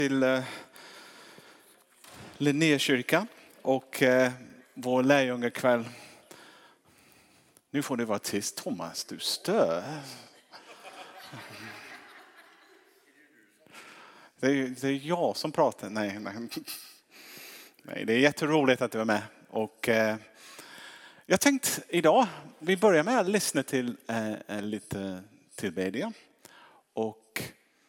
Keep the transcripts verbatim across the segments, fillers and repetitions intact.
Till eh, Linnékyrkan och eh, vår lärjungekväll. Nu får du vara tyst, Thomas, du stör. Det är, det är jag som pratar. Nej, nej. nej, det är jätteroligt att du är med. Och eh, jag tänkte idag, vi börjar med att lyssna till eh, lite tillbedjan. Och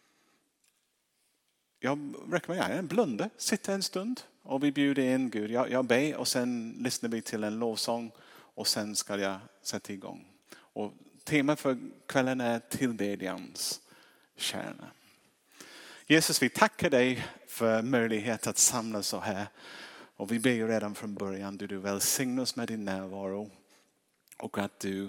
jag rekommenderar en blunda, sitta en stund och vi bjuder in Gud. Jag, jag ber och sen lyssnar vi till en lovsång och sen ska jag sätta igång. Och temat för kvällen är tillbedjans kärna. Jesus, vi tackar dig för möjlighet att samlas så här. Och vi ber redan från början du, du välsignar oss med din närvaro. Och att du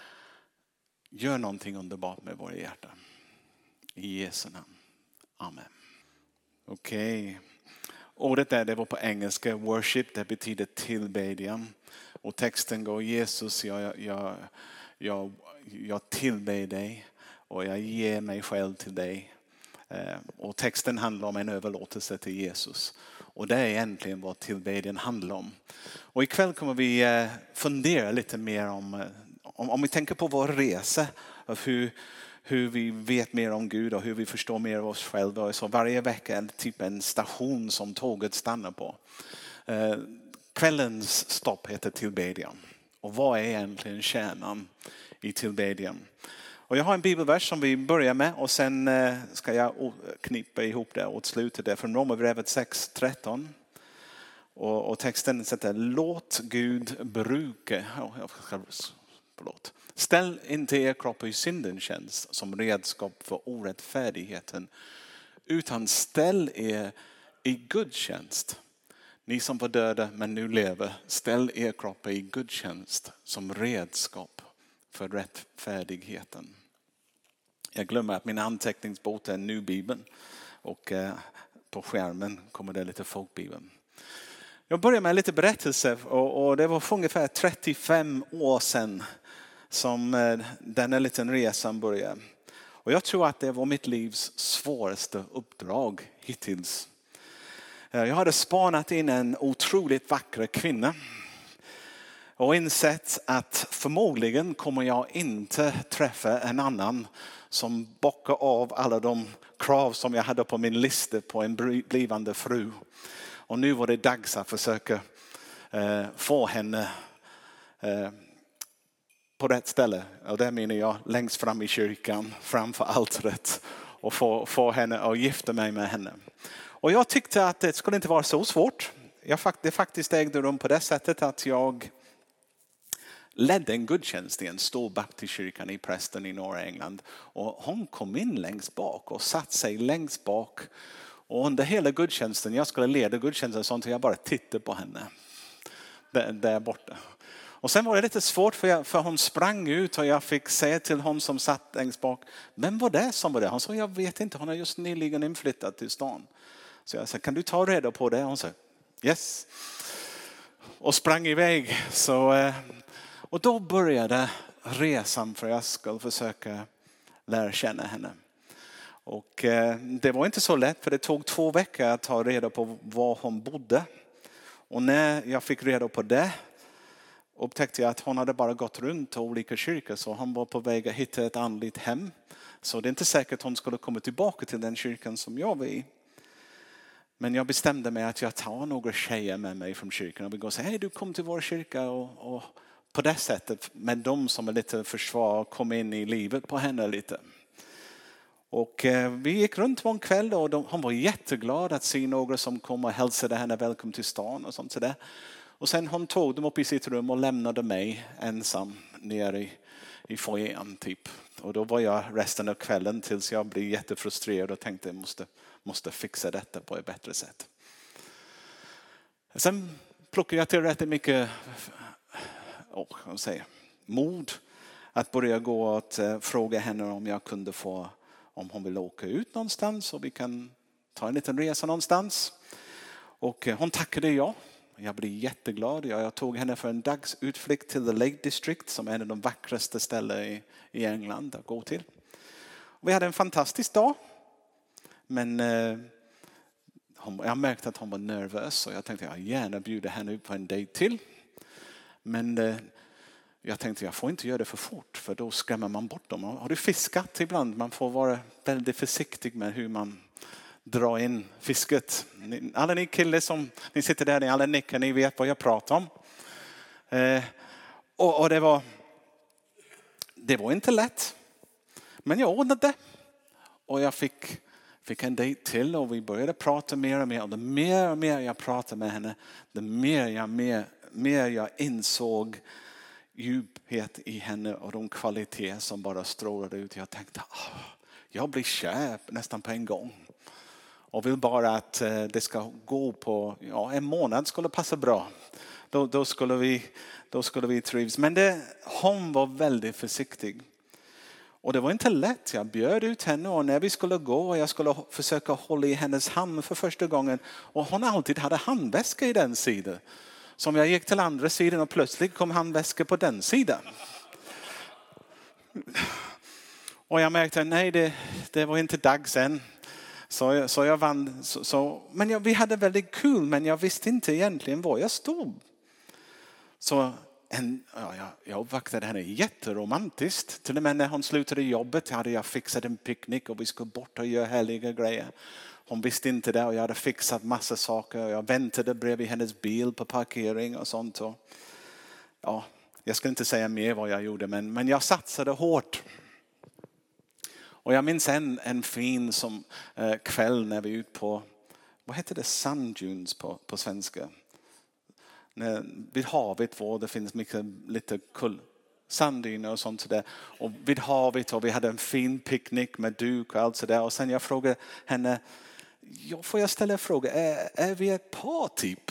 gör någonting underbart med våra hjärtan. I Jesu namn. Amen. Okej. Okay. Ordet där, det var på engelska. Worship, det betyder tillbedjan. Och texten går: Jesus, jag, jag, jag, jag tillber dig. Och jag ger mig själv till dig. Och texten handlar om en överlåtelse till Jesus. Och det är egentligen vad tillbedjan handlar om. Och ikväll kommer vi fundera lite mer om, om, om vi tänker på vår resa. Av hur, hur vi vet mer om Gud och hur vi förstår mer av oss själva. Så varje vecka är det typ en station som tåget stannar på. Eh, kvällens stopp heter tillbedjan. Och vad är egentligen kärnan i tillbedjan? Och jag har en bibelvers som vi börjar med och sen ska jag knipa ihop det åt slutet. Det är från Romarbrevet sex tretton. Och, och texten sätter: låt Gud bruka. Oh, förlåt. Ställ inte er kropp i syndens tjänst som redskap för orättfärdigheten. Utan ställ er i Guds tjänst. Ni som var döda men nu lever. Ställ er kropp i Guds tjänst som redskap för rättfärdigheten. Jag glömmer att min anteckningsbok är nu Bibeln. Och eh, på skärmen kommer det lite folkbibeln. Jag börjar med lite berättelse. Och, och det var för ungefär trettiofem år sedan som eh, den här liten resan började. Och jag tror att det var mitt livs svåraste uppdrag hittills. Jag hade spanat in en otroligt vacker kvinna. Och insett att förmodligen kommer jag inte träffa en annan som bockar av alla de krav som jag hade på min lista på en blivande fru. Och nu var det dags att försöka eh, få henne eh, på rätt ställe. Och det menar jag längst fram i kyrkan, framför altaret. Och få, få henne att gifta mig med henne. Och jag tyckte att det skulle inte vara så svårt. Jag, det faktiskt ägde rum på det sättet att jag ledde en gudstjänst i en stor baptistkyrkan i Preston i norra England. Och hon kom in längst bak och satt sig längst bak. Och under hela gudstjänsten, jag skulle leda gudstjänsten sånt att jag bara tittade på henne. Där, där borta. Och sen var det lite svårt för, jag, för hon sprang ut och jag fick säga till hon som satt längst bak: men vad det som var det? Hon sa: jag vet inte, hon har just nyligen inflyttat till stan. Så jag sa: kan du ta reda på det? Hon sa: yes. Och sprang iväg. Så... Och då började resan för jag skulle försöka lära känna henne. Och eh, det var inte så lätt för det tog två veckor att ta reda på var hon bodde. Och när jag fick reda på det upptäckte jag att hon hade bara gått runt till olika kyrkor. Så hon var på väg att hitta ett andligt hem. Så det är inte säkert att hon skulle komma tillbaka till den kyrkan som jag var i. Men jag bestämde mig att jag tar några tjejer med mig från kyrkan. Och vi går och säger: hej, du kom till vår kyrka och... och på det sättet med de som är lite försvar kom in i livet på henne lite. Och eh, vi gick runt på en kväll och de, hon var jätteglad att se några som kom och hälsade henne välkommen till stan och sånt så där. Och sen hon tog dem upp i sitt rum och lämnade mig ensam nere i, i foajén typ. Och då var jag resten av kvällen tills jag blev jättefrustrerad och tänkte jag måste, måste fixa detta på ett bättre sätt. Sen plockade jag till rätt mycket... Oh, jag säger, mod att börja gå och uh, fråga henne om jag kunde få, om hon vill åka ut någonstans och vi kan ta en liten resa någonstans. Och uh, hon tackade ja. Jag blev jätteglad. Jag, jag tog henne för en dagsutflykt till The Lake District som är en av de vackraste ställen i, i England att gå till. Och vi hade en fantastisk dag. Men uh, hon, jag märkte att hon var nervös och jag tänkte jag gärna bjuda henne ut på en dejt till. Men eh, jag tänkte jag får inte göra det för fort för då skrämmer man bort dem. Har du fiskat ibland? Man får vara väldigt försiktig med hur man drar in fisket. Alla ni killar som ni sitter där, ni alla nickar, ni vet vad jag pratar om. Eh, och, och det var det var inte lätt. Men jag ordnade det. Och jag fick, fick en dejt till och vi började prata mer och mer. Och det mer och mer jag pratade med henne, det mer jag, mer, mer jag insåg djuphet i henne och de kvaliteter som bara strålade ut. Jag tänkte, oh, jag blir kär nästan på en gång. Och vill bara att det ska gå på, ja, en månad skulle passa bra. Då, då, skulle vi, då skulle vi trivas. Men det, hon var väldigt försiktig. Och det var inte lätt. Jag bjöd ut henne och när vi skulle gå och jag skulle försöka hålla i hennes hand för första gången. Och hon alltid hade handväska i den sidan. Så om jag gick till andra sidan och plötsligt kom handväska på den sidan. Och jag märkte att nej, det, det var inte dags än. Så, så jag vann. Så, så, men jag, vi hade väldigt kul men jag visste inte egentligen var jag stod. Så en, ja, jag, jag uppvaktade henne jätteromantiskt. Till och med när hon slutade jobbet hade jag fixat en picknick och vi skulle bort och göra härliga grejer. Hon visste inte det och jag hade fixat massa saker. Och jag väntade bredvid hennes bil på parkering och sånt. Och, ja, jag ska inte säga mer vad jag gjorde men, men jag satsade hårt. Och jag minns en, en fin som, eh, kväll när vi är ute på, vad heter det, sand dunes på, på svenska? När, vid havet var det finns mycket lite kull, sanddyner och sånt där. Och vid havet och vi hade en fin picknick med duk och allt sådär. Och sen jag frågade henne, ja, får jag ställa en fråga, är, är vi ett par typ?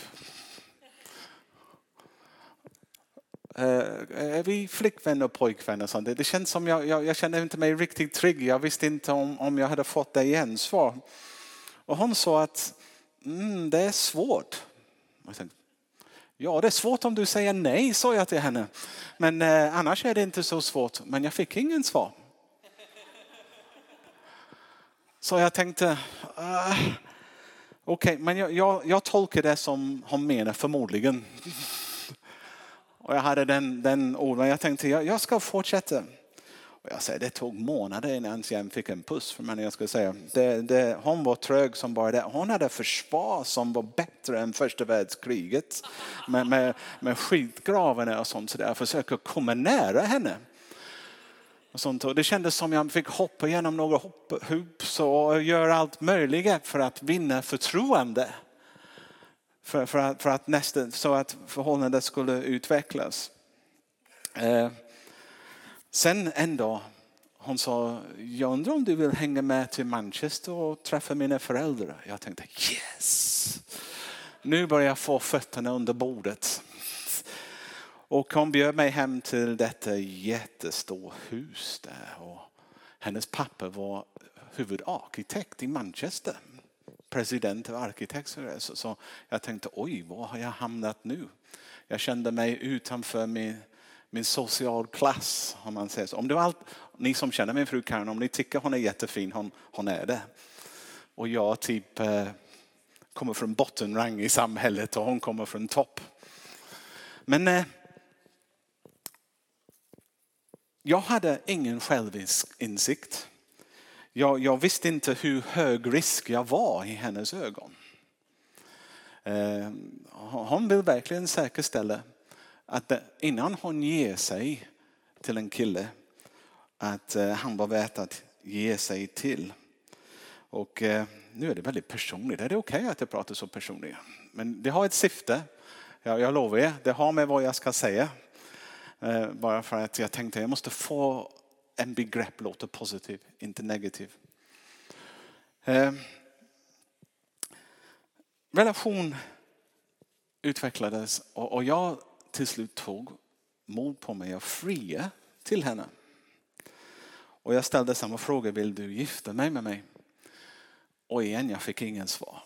Uh, är vi flickvänner och pojkvänner? Sånt? Det, det känns som jag, jag, jag kände inte mig riktigt trygg. Jag visste inte om, om jag hade fått det igen svar. Och hon sa att mm, det är svårt. Jag tänkte, ja, det är svårt om du säger nej, sa jag till henne. Men eh, annars är det inte så svårt. Men jag fick ingen svar. Så jag tänkte, uh, okej, okay, men jag, jag, jag tolkar det som hon menar förmodligen. Och jag hade den, den orden. Jag tänkte, jag, jag ska fortsätta. Och jag säger, det tog månader innan jag fick en puss. För men jag ska säga, det, det, hon var trög som bara det. Hon hade försvar som var bättre än första världskriget. Med, med, med skitgravarna och sånt. Så jag försöker komma nära henne. Och sånt. Och det kändes som jag fick hoppa igenom några hoops och göra allt möjligt för att vinna förtroende. För, för, att, för att nästa, så att förhållandet skulle utvecklas. Eh, sen en dag, hon sa, jag undrar om du vill hänga med till Manchester och träffa mina föräldrar. Jag tänkte, yes! Nu börjar jag få fötterna under bordet. Och hon bjöd mig hem till detta jättestora hus där. Och hennes pappa var huvudarkitekt i Manchester. President av arkitekter. Så, så jag tänkte, oj, var har jag hamnat nu? Jag kände mig utanför min, min social klass, om man säger så. Om det var allt, ni som känner min fru Karin, om ni tycker hon är jättefin, hon, hon är det. Och jag typ eh, kommer från bottenrang i samhället och hon kommer från topp. Men eh, jag hade ingen självinsikt. Jag, jag visste inte hur hög risk jag var i hennes ögon. Eh, hon vill verkligen säkerställa att innan hon ger sig till en kille att eh, han var värt att ge sig till. Och eh, nu är det väldigt personligt. Är det okej okay att jag pratar så personligt? Men det har ett syfte. Jag, jag lovar er, det har med vad jag ska säga. Eh, bara för att jag tänkte jag måste få en begrepp låter positiv, inte negativ. Eh, relation utvecklades och, och jag till slut tog mod på mig att fria till henne. Och jag ställde samma fråga, vill du gifta mig med mig? Och igen, jag fick ingen svar.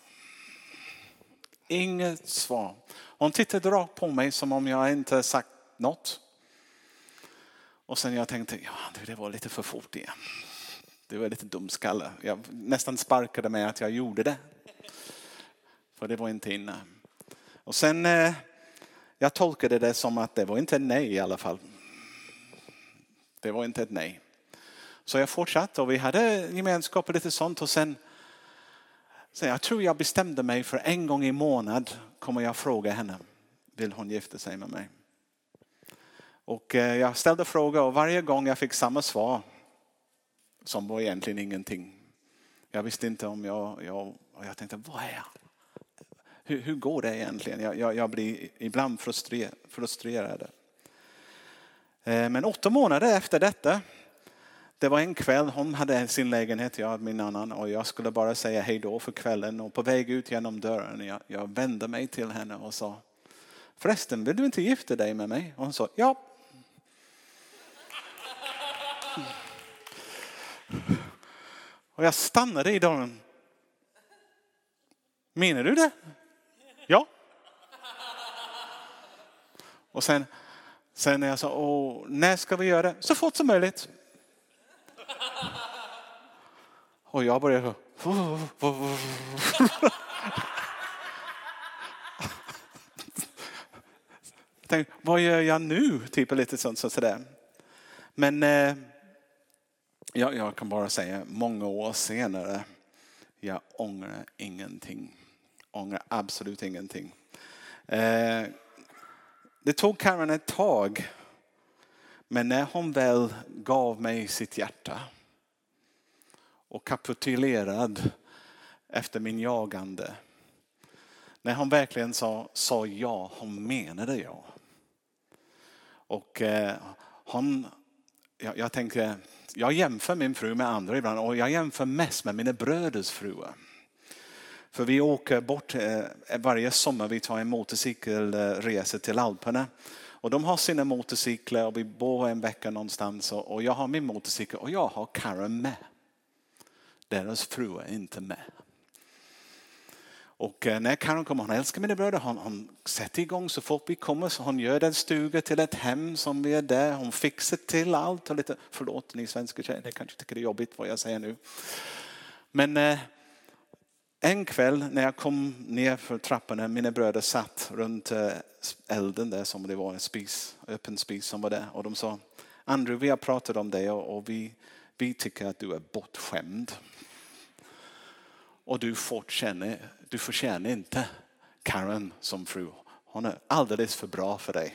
Inget svar. Hon tittade rakt på mig som om jag inte sagt något. Och sen jag tänkte, ja, det var lite för fort igen. Det var lite dumskalle. Jag nästan sparkade mig att jag gjorde det. För det var inte inne. Och sen, eh, jag tolkade det som att det var inte ett nej i alla fall. Det var inte ett nej. Så jag fortsatte och vi hade gemenskap och lite sånt. Och sen, så jag tror jag bestämde mig för en gång i månad kommer jag fråga henne. Vill hon gifta sig med mig? Och eh, jag ställde frågor och varje gång jag fick samma svar. Som var egentligen ingenting. Jag visste inte om jag... jag och jag tänkte, vad är jag? Hur, hur går det egentligen? Jag, jag, jag blir ibland frustrer, frustrerad. Eh, men åtta månader efter detta. Det var en kväll, hon hade sin lägenhet, jag hade min annan. Och jag skulle bara säga hej då för kvällen. Och på väg ut genom dörren, jag, jag vände mig till henne och sa. Förresten, vill du inte gifta dig med mig? Och hon sa, ja. Och jag stannade i dörren. Menar du det? Ja. Och sen, sen när jag sa, åh, när ska vi göra det? Så fort som möjligt. Och jag började tänk, vad gör jag nu? Typ lite sånt så sådär. Men eh, jag, jag kan bara säga många år senare. Jag ångrar ingenting. Ångrar absolut ingenting. Eh, det tog Karen ett tag. Men när hon väl gav mig sitt hjärta. Och kapitulerad efter min jagande. När hon verkligen sa, sa ja, hon menade ja. Och eh, hon, jag, jag tänker, jag jämför min fru med andra ibland. Och jag jämför mest med mina bröders fruar. För vi åker bort eh, varje sommar, vi tar en motorcykelresa till Alperna. Och de har sina motorcyklar och vi bor en vecka någonstans. Och, och jag har min motorcykel och jag har Karen med. Deras fru är inte med. Och när Karen kommer, hon älskar mina bröder. Hon, hon sätter igång så fort vi kommer. Så hon gör den stuga till ett hem som vi är där. Hon fixar till allt. Och lite, förlåt ni svenska tjejer, det kanske tycker det är jobbigt vad jag säger nu. Men eh, en kväll när jag kom ner för trapporna. Mina bröder satt runt eh, elden där som det var en spis. Öppen spis som var där. Och de sa, Andrew, vi har pratat om dig och, och vi, vi tycker att du är bortskämd. Och du förtjänar, du förtjänar inte Karen som fru. Hon är alldeles för bra för dig.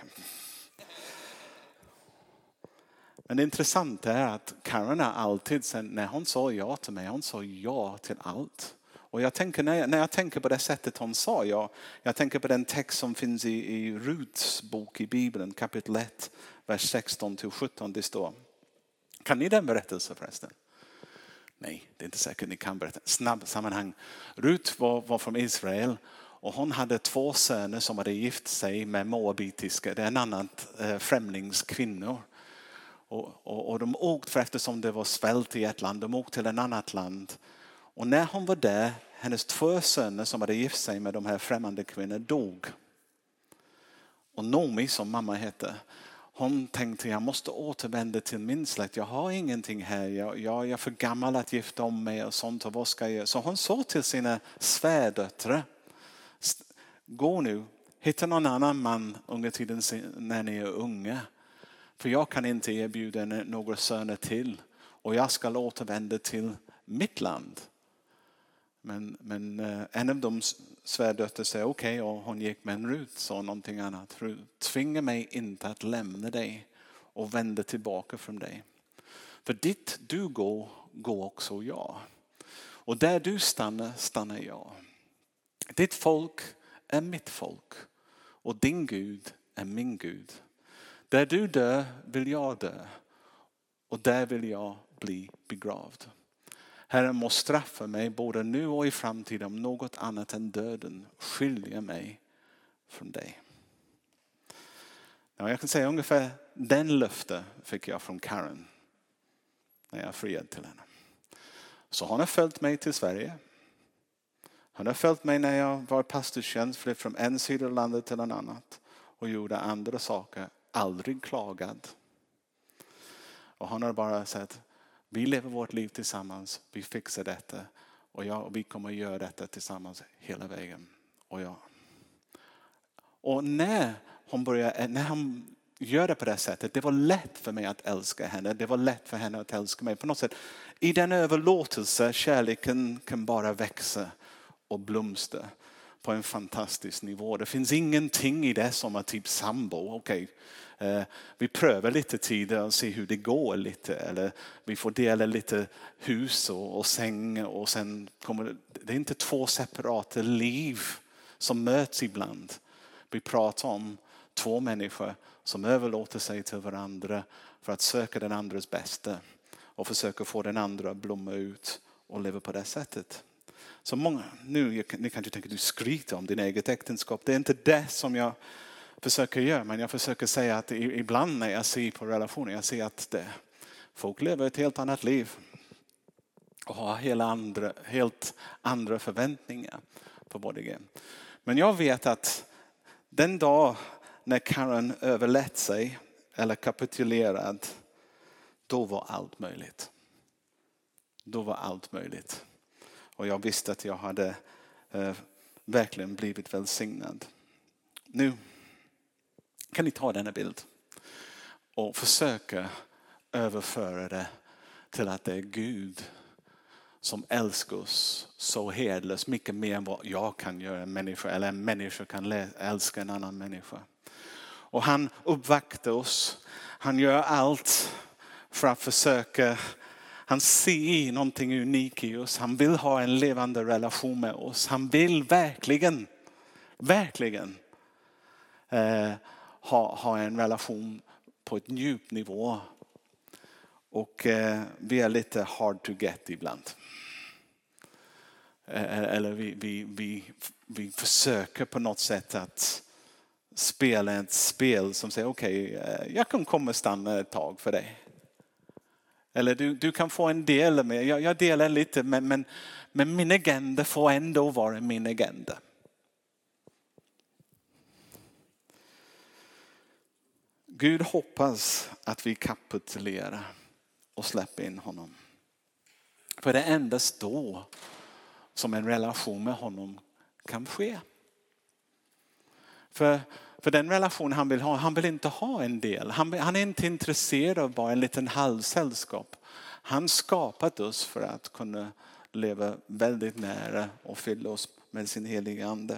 Men det intressanta är att Karen är alltid, sen när hon sa ja till mig, hon sa ja till allt. Och jag tänker, när jag, när jag tänker på det sättet hon sa ja, jag tänker på den text som finns i, i Ruts bok i Bibeln, kapitel ett, vers sexton till sjutton, det står. Kan ni den berättelsen förresten? Nej, det är inte säkert ni kan berätta. Snabb sammanhang. Rut var, var från Israel och hon hade två söner som hade gift sig med moabitiska. Det är en annan eh, främlingskvinnor. Och, och, och de åkte för eftersom det var svält i ett land. De åkte till ett annat land. Och när hon var där, hennes två söner som hade gift sig med de här främmande kvinnorna dog. Och Nomi som mamma hette. Hon tänkte jag måste återvända till min släkt. Jag har ingenting här. Jag, jag, jag är för gammal att gifta om mig och sånt. Och vad ska jag göra? Så hon sa till sina svärdöttrar. Gå nu. Hitta någon annan man under tiden när ni är unga. För jag kan inte erbjuda några söner till. Och jag ska återvända till mitt land. Men, men en av de svärdöttrar säger okej, okay, och hon gick med en Rut sa någonting annat. För tvinga mig inte att lämna dig och vända tillbaka från dig. För dit du går, går också jag. Och där du stannar, stannar jag. Ditt folk är mitt folk. Och din Gud är min Gud. Där du dör vill jag dö. Och där vill jag bli begravd. Herren må straffa mig både nu och i framtiden om något annat än döden skiljer mig från dig. Ja, jag kan säga ungefär den löfte fick jag från Karen när jag friade till henne. Så hon har följt mig till Sverige. Hon har följt mig när jag var pastortjänst, flytt från en sida av landet till en annan och gjorde andra saker, aldrig klagad. Och hon har bara sagt, vi lever vårt liv tillsammans, vi fixar detta och, jag, och vi kommer att göra detta tillsammans hela vägen. och jag. Och när hon började, när han gör det på det sättet, det var lätt för mig att älska henne. Det var lätt för henne att älska mig. På något sätt, i den överlåtelse, kärleken kan bara växa och blomstra på en fantastisk nivå. Det finns ingenting i det som är typ sambo. Okej, eh, vi prövar lite tid och ser hur det går lite. Eller vi får dela lite hus och, och säng. Och sen kommer det, det är inte två separata liv som möts ibland. Vi pratar om två människor som överlåter sig till varandra för att söka den andres bästa. Och försöka få den andra att blomma ut och leva på det sättet. Så många, nu ni kanske tänker du skryter om din eget äktenskap. Det är inte det som jag försöker göra. Men jag försöker säga att ibland när jag ser på relationer. Jag ser att det, folk lever ett helt annat liv. Och har helt andra, helt andra förväntningar på både det. Men jag vet att den dag när Karen överlät sig eller kapitulerad. Då var allt möjligt. Då var allt möjligt. Och jag visste att jag hade eh, verkligen blivit välsignad. Nu kan ni ta denna bild och försöka överföra det till att det är Gud som älskar oss så hedlöst. Mycket mer än vad jag kan göra en människa. Eller en människa kan älska en annan människa. Och han uppvaktar oss. Han gör allt för att försöka. Han ser någonting unikt i oss. Han vill ha en levande relation med oss. Han vill verkligen, verkligen eh, ha, ha en relation på ett djup nivå. Och eh, vi är lite hard to get ibland. Eh, eller vi, vi, vi, vi försöker på något sätt att spela ett spel som säger okej, okay, jag kan komma och stanna ett tag för dig. Eller du, du kan få en del med. Jag, jag delar lite men, men, men min agenda får ändå vara min agenda. Gud hoppas att vi kapitulerar och släpper in honom. För det är endast då som en relation med honom kan ske. För, för den relation han vill ha, han vill inte ha en del. Han, han är inte intresserad av bara en liten halvsällskap. Han skapat oss för att kunna leva väldigt nära och fylla oss med sin heliga ande.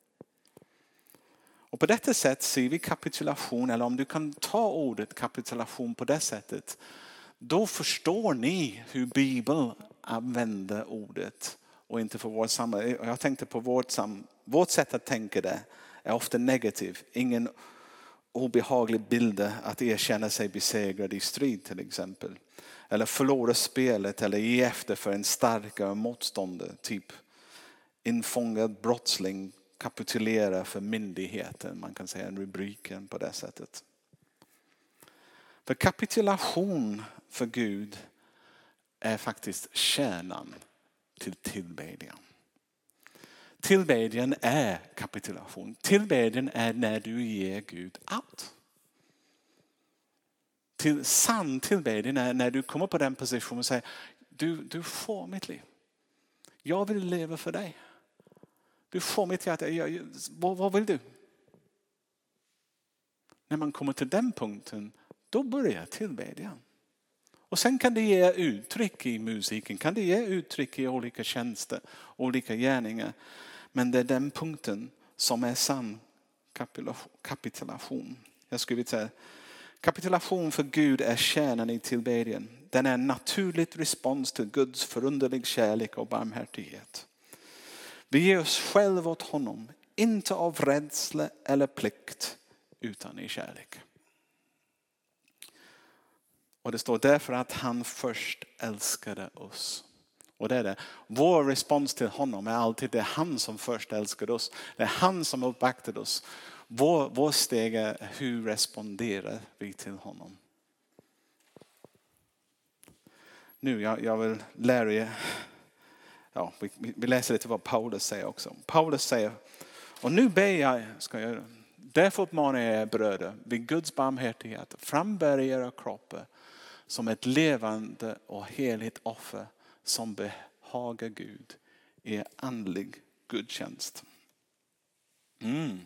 Och på detta sätt ser vi kapitulation, eller om du kan ta ordet kapitulation på det sättet. Då förstår ni hur Bibeln använder ordet och inte för vårt samhälle. Jag tänkte på vårt, sam, vårt sätt att tänka det är ofta negativt. Ingen obehaglig bild att erkänna sig besegrad i strid till exempel. Eller förlora spelet eller ge efter för en starkare motståndare. Typ infångad brottsling kapitulerar för myndigheten. Man kan säga en rubriken på det sättet. För kapitulation för Gud är faktiskt kärnan till tillbedjan. Tillbedjan är kapitulation. Tillbedjan är när du ger Gud allt. Till, sann tillbedjan är när du kommer på den positionen och säger du, du får mitt liv. Jag vill leva för dig. Du får mitt hjärta. Jag, vad, vad vill du? När man kommer till den punkten, då börjar tillbedjan. Och sen kan det ge uttryck i musiken. Kan det ge uttryck i olika tjänster, olika gärningar. Men det är den punkten som är sann kapitulation. Jag skulle säga kapitulation för Gud är kärnan i tillbedjan. Den är en naturligt respons till Guds förunderlig kärlek och barmhärtighet. Vi ger oss själva åt honom, inte av rädsla eller plikt, utan i kärlek. Och det står därför att han först älskade oss. Och det är det. Vår respons till honom är alltid det är han som först älskade oss. Det är han som uppvaktade oss. Vår, vår steg är hur responderar vi till honom. Nu jag, jag vill lära er. Ja, vi, vi läser lite vad Paulus säger också. Paulus säger, och nu ber jag, ska jag göra. Därför uppmanar jag er bröder vid Guds barmhärtighet frambär era kroppar som ett levande och heligt offer som behagar Gud i andlig gudstjänst. Mm.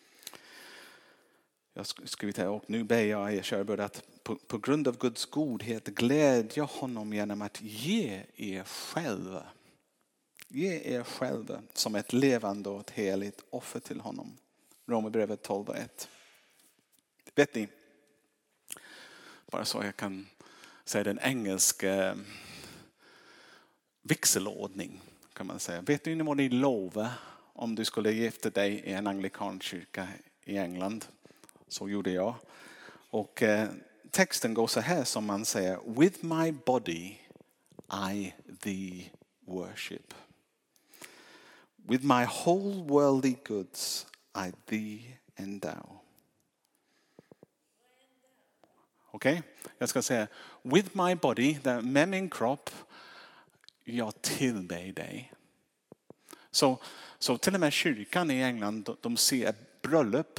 Jag skrivit här, och nu ber jag er körbörd att på, på grund av Guds godhet glädja honom genom att ge er själva. Ge er själva som ett levande och ett heligt offer till honom. Romarbrevet tolv och ett. Vet ni, bara så jag kan säga den engelska vigselordning kan man säga. Vet ni vad ni lovar om du skulle gifta dig i en anglikan kyrka i England? Så gjorde jag. Och eh, texten går så här som man säger. With my body I thee worship. With my whole worldly goods I thee endow. Okej, okay? Jag ska säga. With my body, med min kropp, jag tillber dig. Så, så till och med kyrkan i England, de, de ser ett bröllop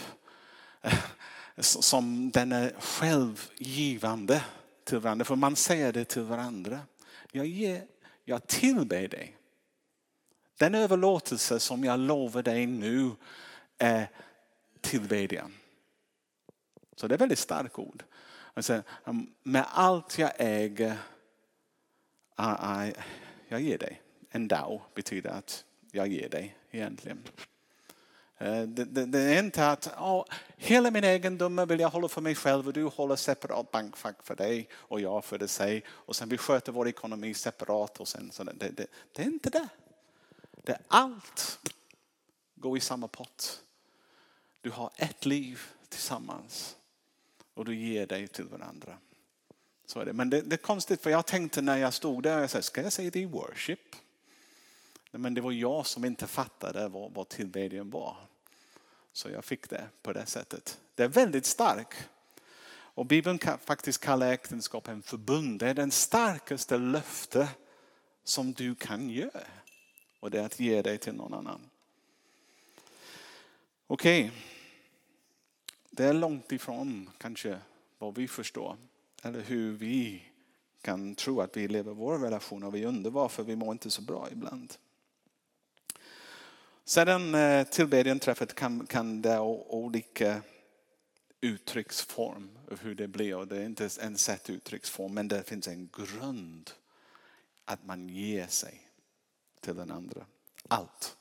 som den är självgivande till varandra. För man säger det till varandra. Jag, ger, jag tillber dig. Den överlåtelse som jag lovar dig nu är tillbedjan. Så det är väldigt starkt ord. Alltså, med allt jag äger, jag, jag ger dig. Endow betyder att jag ger dig egentligen. Det, det, det är inte att oh, hela min egendom vill jag hålla för mig själv och du håller separat bankfack för dig och jag för det sig. Och sen vi sköter vår ekonomi separat. Och sen, så det, det, det är inte det. Det är allt går i samma pott. Du har ett liv tillsammans och du ger dig till varandra. Så är det. Men det, det är konstigt för jag tänkte när jag stod där, jag sa, ska jag säga det i worship? Men det var jag som inte fattade vad, vad tillbedjan var. Så jag fick det på det sättet. Det är väldigt starkt. Och Bibeln kan faktiskt kalla äktenskap en förbund. Det är den starkaste löfte som du kan göra. Och det är att ge dig till någon annan. Okej. Okay. Det är långt ifrån kanske vad vi förstår. Eller hur vi kan tro att vi lever vår relation och vi undrar varför vi mår inte så bra ibland. Sedan tillbedjan träffet kan, kan det ha olika uttrycksform av hur det blir. Och det är inte en sätt uttrycksform, men det finns en grund att man ger sig till den andra. Allt.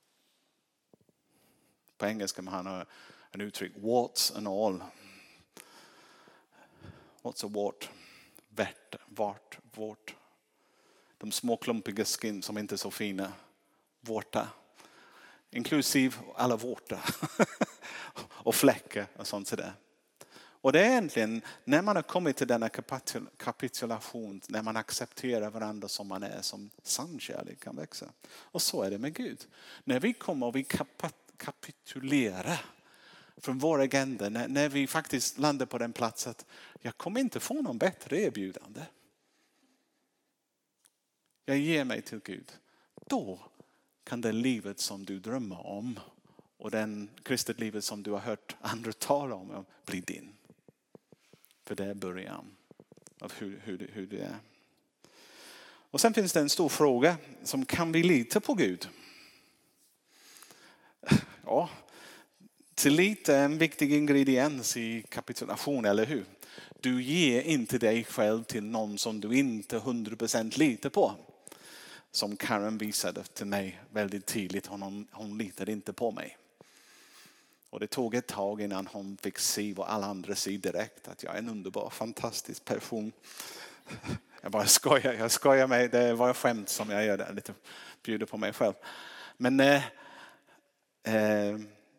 På engelska man har en uttryck, warts and all. What's a wart? Värt, vart, vårt. De små klumpiga skin som inte är så fina. Vårta. Inklusive alla vårtor. Och fläckar och sånt sådär. Och det är egentligen när man har kommit till denna kapitulation. När man accepterar varandra som man är. Som sann kärlek kan växa. Och så är det med Gud. När vi kommer och vi kapitulerar från vår agenda. När, när vi faktiskt landar på den plats att jag kommer inte få någon bättre erbjudande. Jag ger mig till Gud. Då kan det livet som du drömmer om och den kristet livet som du har hört andra tala om bli din. För det är början av hur, hur, hur det är. Och sen finns det en stor fråga som kan vi lita på Gud? Ja, tillit är en viktig ingrediens i kapitulation, eller hur? Du ger inte dig själv till någon som du inte hundra procent litar på. Som Karen visade till mig väldigt tydligt. Hon, hon litade inte på mig. Och det tog ett tag innan hon fick se vad alla andra ser direkt. Att jag är en underbar, fantastisk person. Jag bara skojar, jag skojar mig. Det var skämt som jag gör där. Lite bjuder på mig själv. Men eh, eh,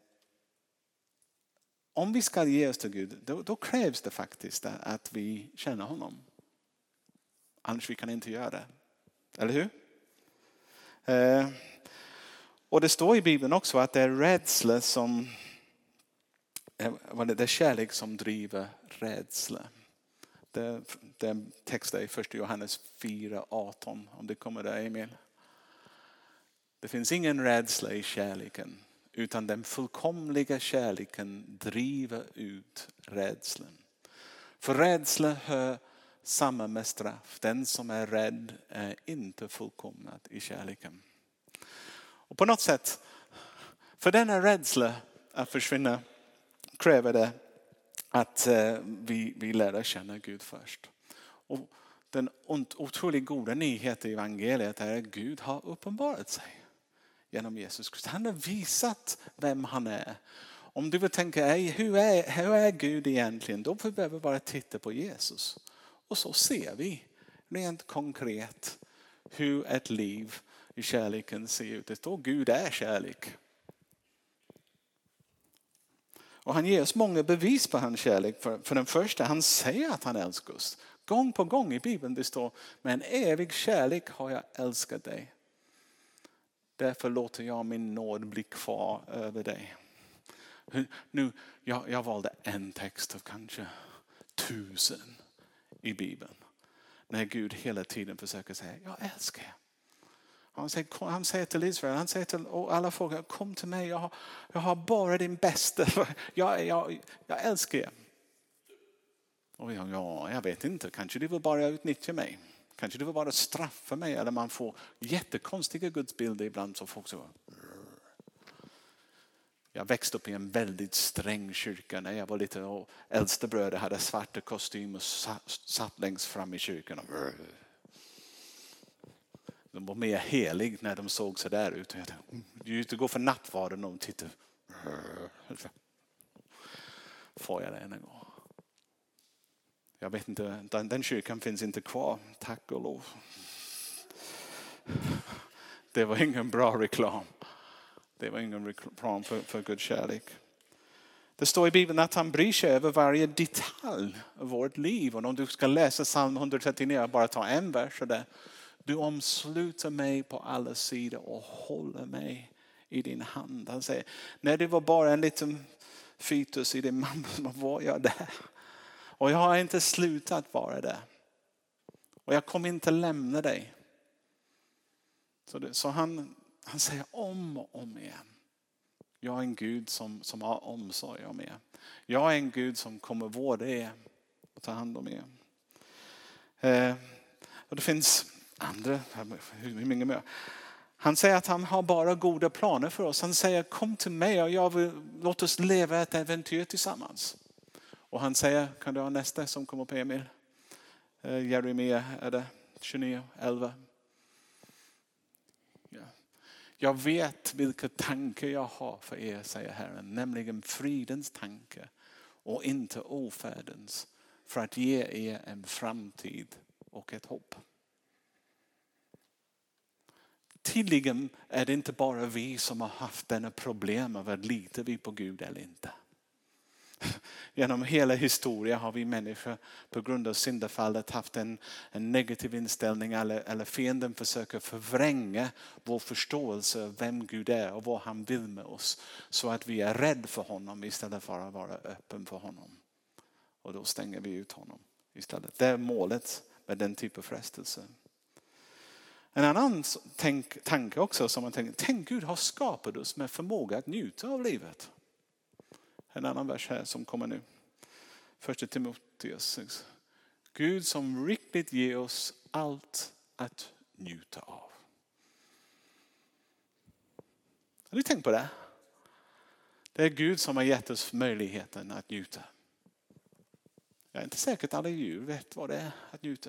om vi ska ge oss till Gud. Då, då krävs det faktiskt att vi känner honom. Annars vi kan inte göra det. Eller hur? Eh, och det står i Bibeln också att det är rädsla som eh, det är kärlek som driver rädsla. Det, det är en text där i första Johannes fyra arton, om det kommer där, Emil. Det finns ingen rädsla i kärleken, utan den fullkomliga kärleken driver ut rädslan. För rädsla hör samma med straff. Den som är rädd är inte fullkomnad i kärleken. Och på något sätt, För denna rädsla att försvinna kräver det att vi, vi lär känna Gud först. Och den otroligt goda nyheten i evangeliet är att Gud har uppenbarat sig genom Jesus Kristus. Han har visat vem han är. Om du vill tänka, hur är, hur är Gud egentligen? Då behöver vi bara titta på Jesus. Och så ser vi rent konkret hur ett liv i kärleken ser ut. Det står Gud är kärlek. Och han ger oss många bevis på hans kärlek. För, för den första, han säger att han älskar oss. Gång på gång i Bibeln det står, med en evig kärlek har jag älskat dig. Därför låter jag min nåd bli kvar över dig. Nu, jag, jag valde en text av kanske tusen i Bibeln. När Gud hela tiden försöker säga, jag älskar er. Han säger, han säger till Israel, han säger till alla folk, kom till mig, jag har, jag har bara din bästa. Jag, jag, jag älskar er. Och jag, ja, jag vet inte, kanske det vill bara utnyttja mig. Kanske det vill bara straffa mig. Eller man får jättekonstiga gudsbilder ibland. Så folk så. Jag växte upp i en väldigt sträng kyrka när jag var lite. Och äldste bröder hade svarta kostym och satt längst fram i kyrkan. De var mer helig när de såg så där ut. Du inte gå för nattvarden och titta. Får jag det en gång. Jag vet inte, den, den kyrkan finns inte kvar. Tack och lov. Det var ingen bra reklam. Det var ingen reklam för, för Guds kärlek. Det står i Bibeln att han bryr sig över varje detalj av vårt liv. Och om du ska läsa psalm etthundratrettionio, bara ta en vers där. Du omsluter mig på alla sidor och håller mig i din hand. Han säger, när det var bara en liten fetus i din mamma, var jag där. Och jag har inte slutat vara där. Och jag kommer inte lämna dig. Så, det, så han, han säger om och om igen. Jag är en Gud som, som har omsorg om er. Jag är en Gud som kommer vårda er och ta hand om er. Eh, och det finns andra, hur mycket mer. Han säger att han har bara goda planer för oss. Han säger kom till mig och jag vill, låt oss leva ett äventyr tillsammans. Och han säger, kan du ha nästa som kommer på Emil? Eh, Jeremia är det tjugonio elva. Ja. Jag vet vilka tankar jag har för er, säger Herren. Nämligen fridens tanke och inte ofärdens. För att ge er en framtid och ett hopp. Tydligen är det inte bara vi som har haft denna problem av att litar vi på Gud eller inte. Genom hela historien har vi människor på grund av syndafallet haft en, en negativ inställning eller, eller fienden försöker förvränga vår förståelse av vem Gud är och vad han vill med oss. Så att vi är rädda för honom istället för att vara öppen för honom. Och då stänger vi ut honom istället. Det är målet med den typen av frestelse. En annan tänk, tanke också som man tänker, tänk Gud har skapat oss med förmåga att njuta av livet. En annan vers här som kommer nu. Första Timoteus. Gud som riktigt ger oss allt att njuta av. Har du tänkt på det? Det är Gud som har gett oss möjligheten att njuta. Jag är inte säker att alla djur vet vad det är att njuta.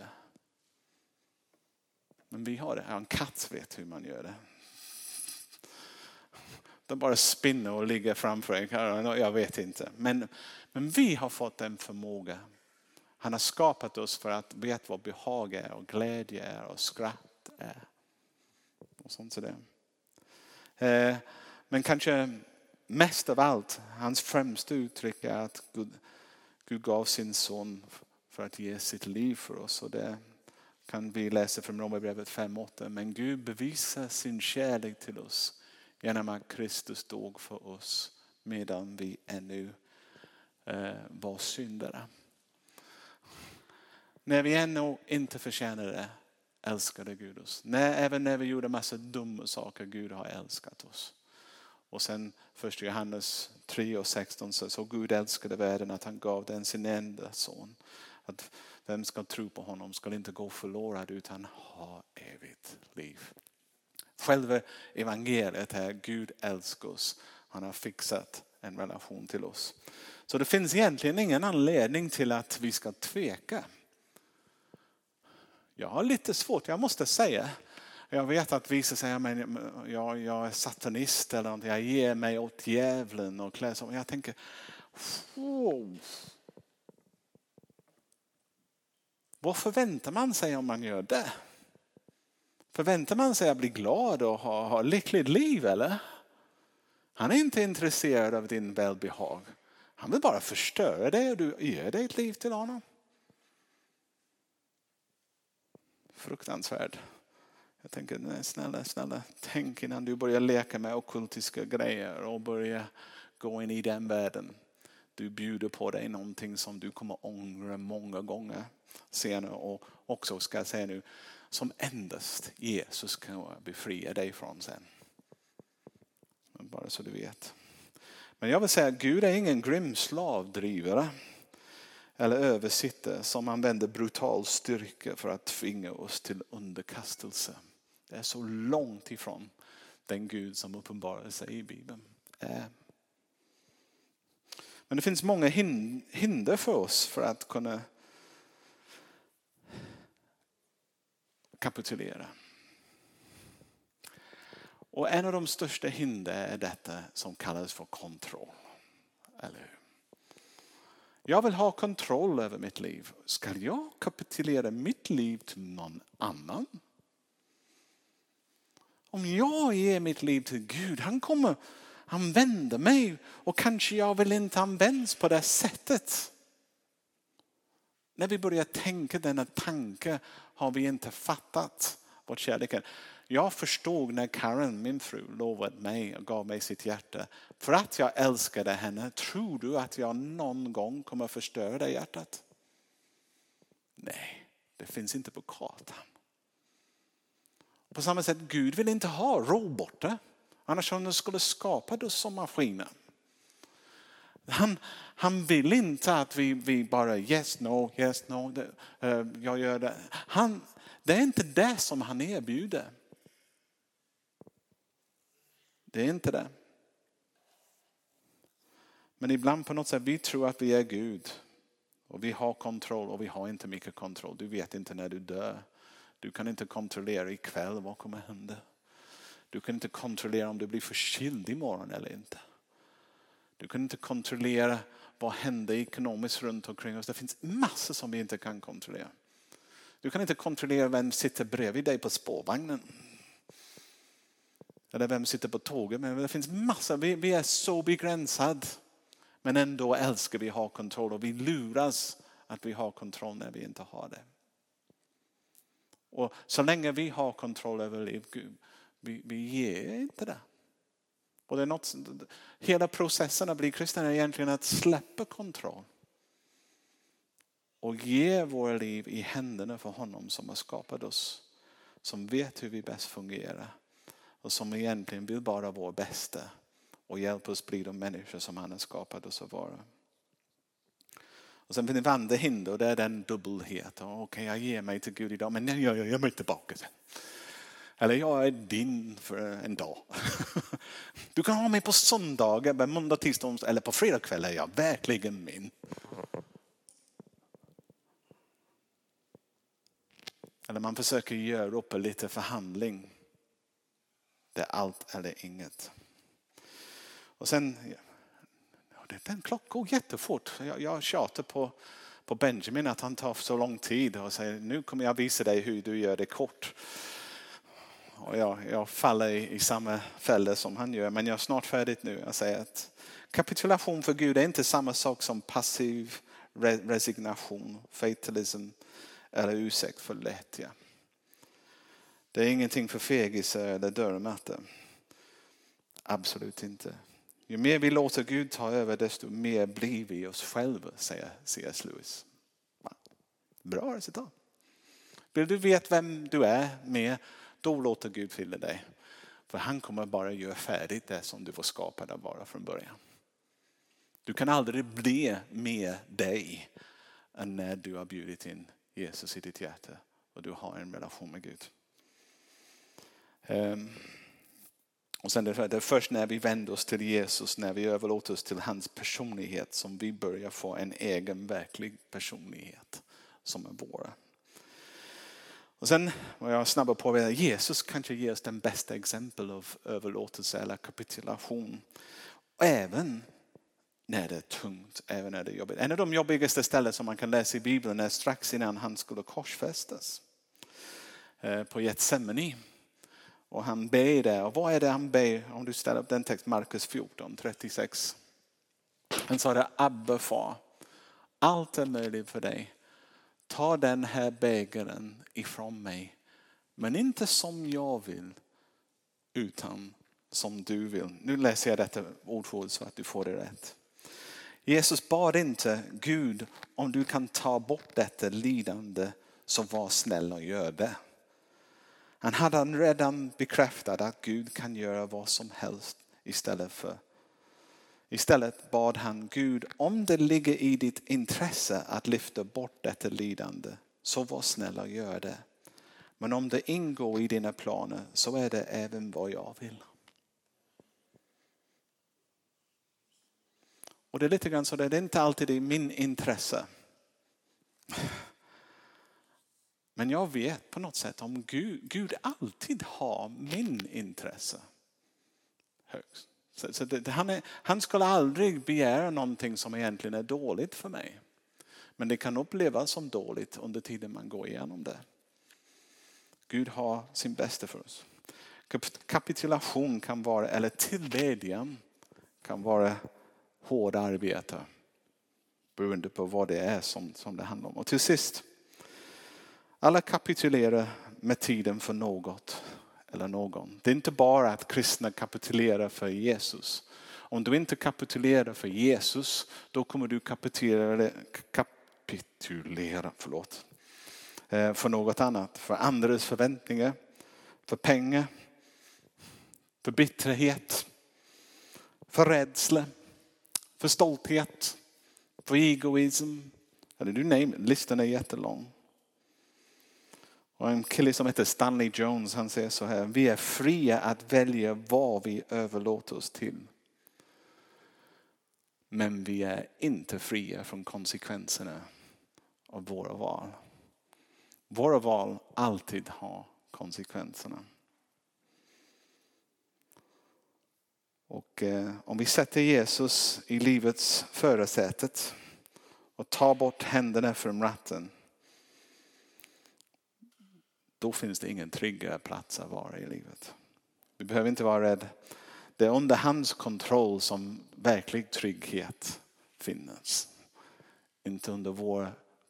Men vi har det. En katt vet hur man gör det. De bara spinner och ligger framför en. Jag vet inte. Men, men vi har fått en förmåga. Han har skapat oss för att veta vad behag är och glädje är och skratt är. Och sånt sådär. Eh, men kanske mest av allt, hans främsta uttryck är att Gud, Gud gav sin son för att ge sitt liv för oss. Och det kan vi läsa från Romarbrevet fem åtta. Men Gud bevisar sin kärlek till oss genom att Kristus dog för oss medan vi ännu eh, var syndare. När vi ännu inte förtjänade det älskade Gud oss. När, även när vi gjorde massa dumma saker, Gud har älskat oss. Och sen första Johannes tre och sexton så, så Gud älskade världen att han gav den sin enda son. Att vem ska tro på honom ska inte gå förlorad utan ha evigt liv. Själva evangeliet är Gud älskar oss. Han har fixat en relation till oss. Så det finns egentligen ingen anledning till att vi ska tveka. Jag har lite svårt, jag måste säga. Jag vet att vissa säger att jag, jag är satanist eller något. Jag ger mig åt djävulen och klär så. Jag tänker, wow. Vad förväntar man sig om man gör det? Förväntar man sig att bli glad och ha, ha lyckligt liv eller? Han är inte intresserad av din välbehag. Han vill bara förstöra dig och du ger dig ett liv till honom. Fruktansvärt. Jag tänker, nej, snälla, snälla, tänk innan du börjar leka med ockultiska grejer och börjar gå in i den världen. Du bjuder på dig någonting som du kommer ångra många gånger senare och också ska jag säga nu som endast Jesus kan befria dig från sen. Bara så du vet. Men jag vill säga att Gud är ingen grym slavdrivare eller översittare som använder brutal styrka för att tvinga oss till underkastelse. Det är så långt ifrån den Gud som uppenbarar sig i Bibeln. Men det finns många hinder för oss för att kunna kapitulera. Och en av de största hinder är detta som kallas för kontroll. Eller hur? Jag vill ha kontroll över mitt liv. Ska jag kapitulera mitt liv till någon annan? Om jag ger mitt liv till Gud, han kommer använda mig och kanske jag vill inte användas på det sättet. När vi börjar tänka denna tanke har vi inte fattat vad kärlek är. Jag förstod när Karen, min fru, lovade mig och gav mig sitt hjärta. För att jag älskade henne, tror du att jag någon gång kommer förstöra det hjärtat? Nej, det finns inte på kartan. På samma sätt, Gud vill inte ha robotar. Annars han skulle skapa det som maskiner. Han, han vill inte att vi, vi bara yes, no, yes, no. Det, uh, jag gör det. Han, det är inte det som han erbjuder. Det är inte det. Men ibland på något sätt vi tror att vi är Gud. Och vi har kontroll och vi har inte mycket kontroll. Du vet inte när du dör. Du kan inte kontrollera ikväll vad kommer hända. Du kan inte kontrollera om du blir förkyld imorgon eller inte. Du kan inte kontrollera vad händer ekonomiskt runt omkring oss. Det finns massor som vi inte kan kontrollera. Du kan inte kontrollera vem sitter bredvid dig på spårvagnen. Eller vem sitter på tåget. Men det finns massor. Vi, vi är så begränsade. Men ändå älskar vi ha kontroll. Och vi luras att vi har kontroll när vi inte har det. Och så länge vi har kontroll över liv, Gud, vi, vi ger inte det. Och det är något, hela processen att bli kristen är egentligen att släppa kontroll. Och ge våra liv i händerna för honom som har skapat oss. Som vet hur vi bäst fungerar. Och som egentligen vill bara vår bästa. Och hjälpa oss bli de människor som han har skapat oss att vara. Och sen finns det andra hinder och det är den dubbelhet. Okej, okay, jag ger mig till Gud idag men jag gör jag mig tillbaka sen. Eller jag är din för en dag. Du kan ha mig på söndagar, men måndag, tisdag eller på fredag kväll är jag verkligen min. Eller man försöker göra upp lite förhandling. Det är allt eller inget. Och sen, den klockan går jättefort. Jag, jag tjatar på, på Benjamin att han tar så lång tid och säger nu kommer jag visa dig hur du gör det kort. Och jag, jag faller i, i samma fälla som han gör. Men jag är snart färdigt nu. Jag säger att kapitulation för Gud är inte samma sak som passiv re- resignation, fatalism eller ursäkt för lättja. Det är ingenting för fegisar eller dörrmatta. Absolut inte. Ju mer vi låter Gud ta över desto mer blir vi oss själva, säger C S Lewis. Bra resultat. Vill du veta vem du är med, då låter Gud fylla dig. För han kommer bara göra färdigt det som du var skapad att vara från början. Du kan aldrig bli mer dig än när du har bjudit in Jesus i ditt hjärta och du har en relation med Gud. Um, Och sen det, det är först när vi vänder oss till Jesus, när vi överlåter oss till hans personlighet, som vi börjar få en egen verklig personlighet som är våra. Och sen var jag snabbare på att Jesus kanske ger oss den bästa exempel av överlåtelse eller kapitulation. Även när det är tungt, även när det är jobbigt. En av de jobbigaste ställen som man kan läsa i Bibeln är strax innan han skulle korsfästas. På Getsemani. Och han ber där. Och vad är det han ber? Om du ställer upp den text, Markus fjorton trettiosex. Han sa det, Abba far, allt är möjligt för dig. Ta den här bägaren ifrån mig. Men inte som jag vill, utan som du vill. Nu läser jag detta ord för ord så att du får det rätt. Jesus bad inte, Gud, om du kan ta bort detta lidande, så var snäll och gör det. Han hade redan bekräftat att Gud kan göra vad som helst istället för. Istället bad han, Gud, om det ligger i ditt intresse att lyfta bort detta lidande, så var snäll och gör det. Men om det ingår i dina planer, så är det även vad jag vill. Och det är lite grann så det är inte alltid i min intresse. Men jag vet på något sätt om Gud, Gud alltid har min intresse högst. Så, så det, han, är, han skulle aldrig begära någonting som egentligen är dåligt för mig. Men det kan upplevas som dåligt under tiden man går igenom det. Gud har sin bästa för oss. Kapitulation kan vara, eller tillbedjan kan vara hård arbete. Beroende på vad det är som, som det handlar om. Och till sist, alla kapitulerar med tiden för något eller någon. Det är inte bara att kristna kapitulerar för Jesus. Om du inte kapitulerar för Jesus, då kommer du kapitulera, kapitulera förlåt, för något annat. För andras förväntningar, för pengar, för bitterhet, för rädsla, för stolthet, för egoism. Eller du name it, listan är jättelång. Och en kille som heter Stanley Jones, han säger så här: vi är fria att välja vad vi överlåter oss till. Men vi är inte fria från konsekvenserna av våra val. Våra val alltid har konsekvenserna. Och eh, om vi sätter Jesus i livets förarsätet och tar bort händerna från ratten, då finns det ingen tryggare plats att vara i livet. Vi behöver inte vara rädda. Det är under hans kontroll som verklig trygghet finns. Inte under vår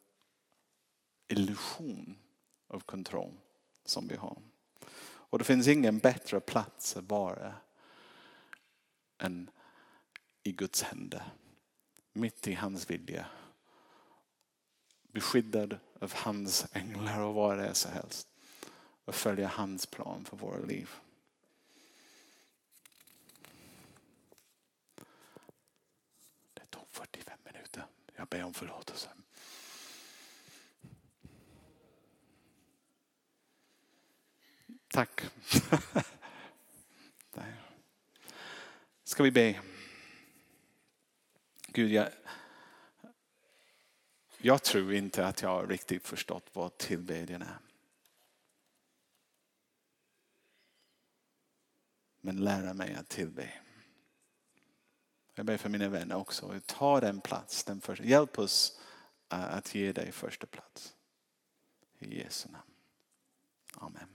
illusion av kontroll som vi har. Och det finns ingen bättre plats att vara än i Guds händer. Mitt i hans vilja. Beskyddad av hans änglar och vad det är så helst. Och följa hans plan för våra liv. Det tog fyrtiofem minuter. Jag ber om förlåtelse. Tack. Ska vi be? Gud, jag, jag tror inte att jag har riktigt förstått vad tillbedjan är. Men lära mig att tillbe. Jag ber för mina vänner också. Ta den plats. Den första. Hjälp oss att ge dig första plats. I Jesu namn. Amen.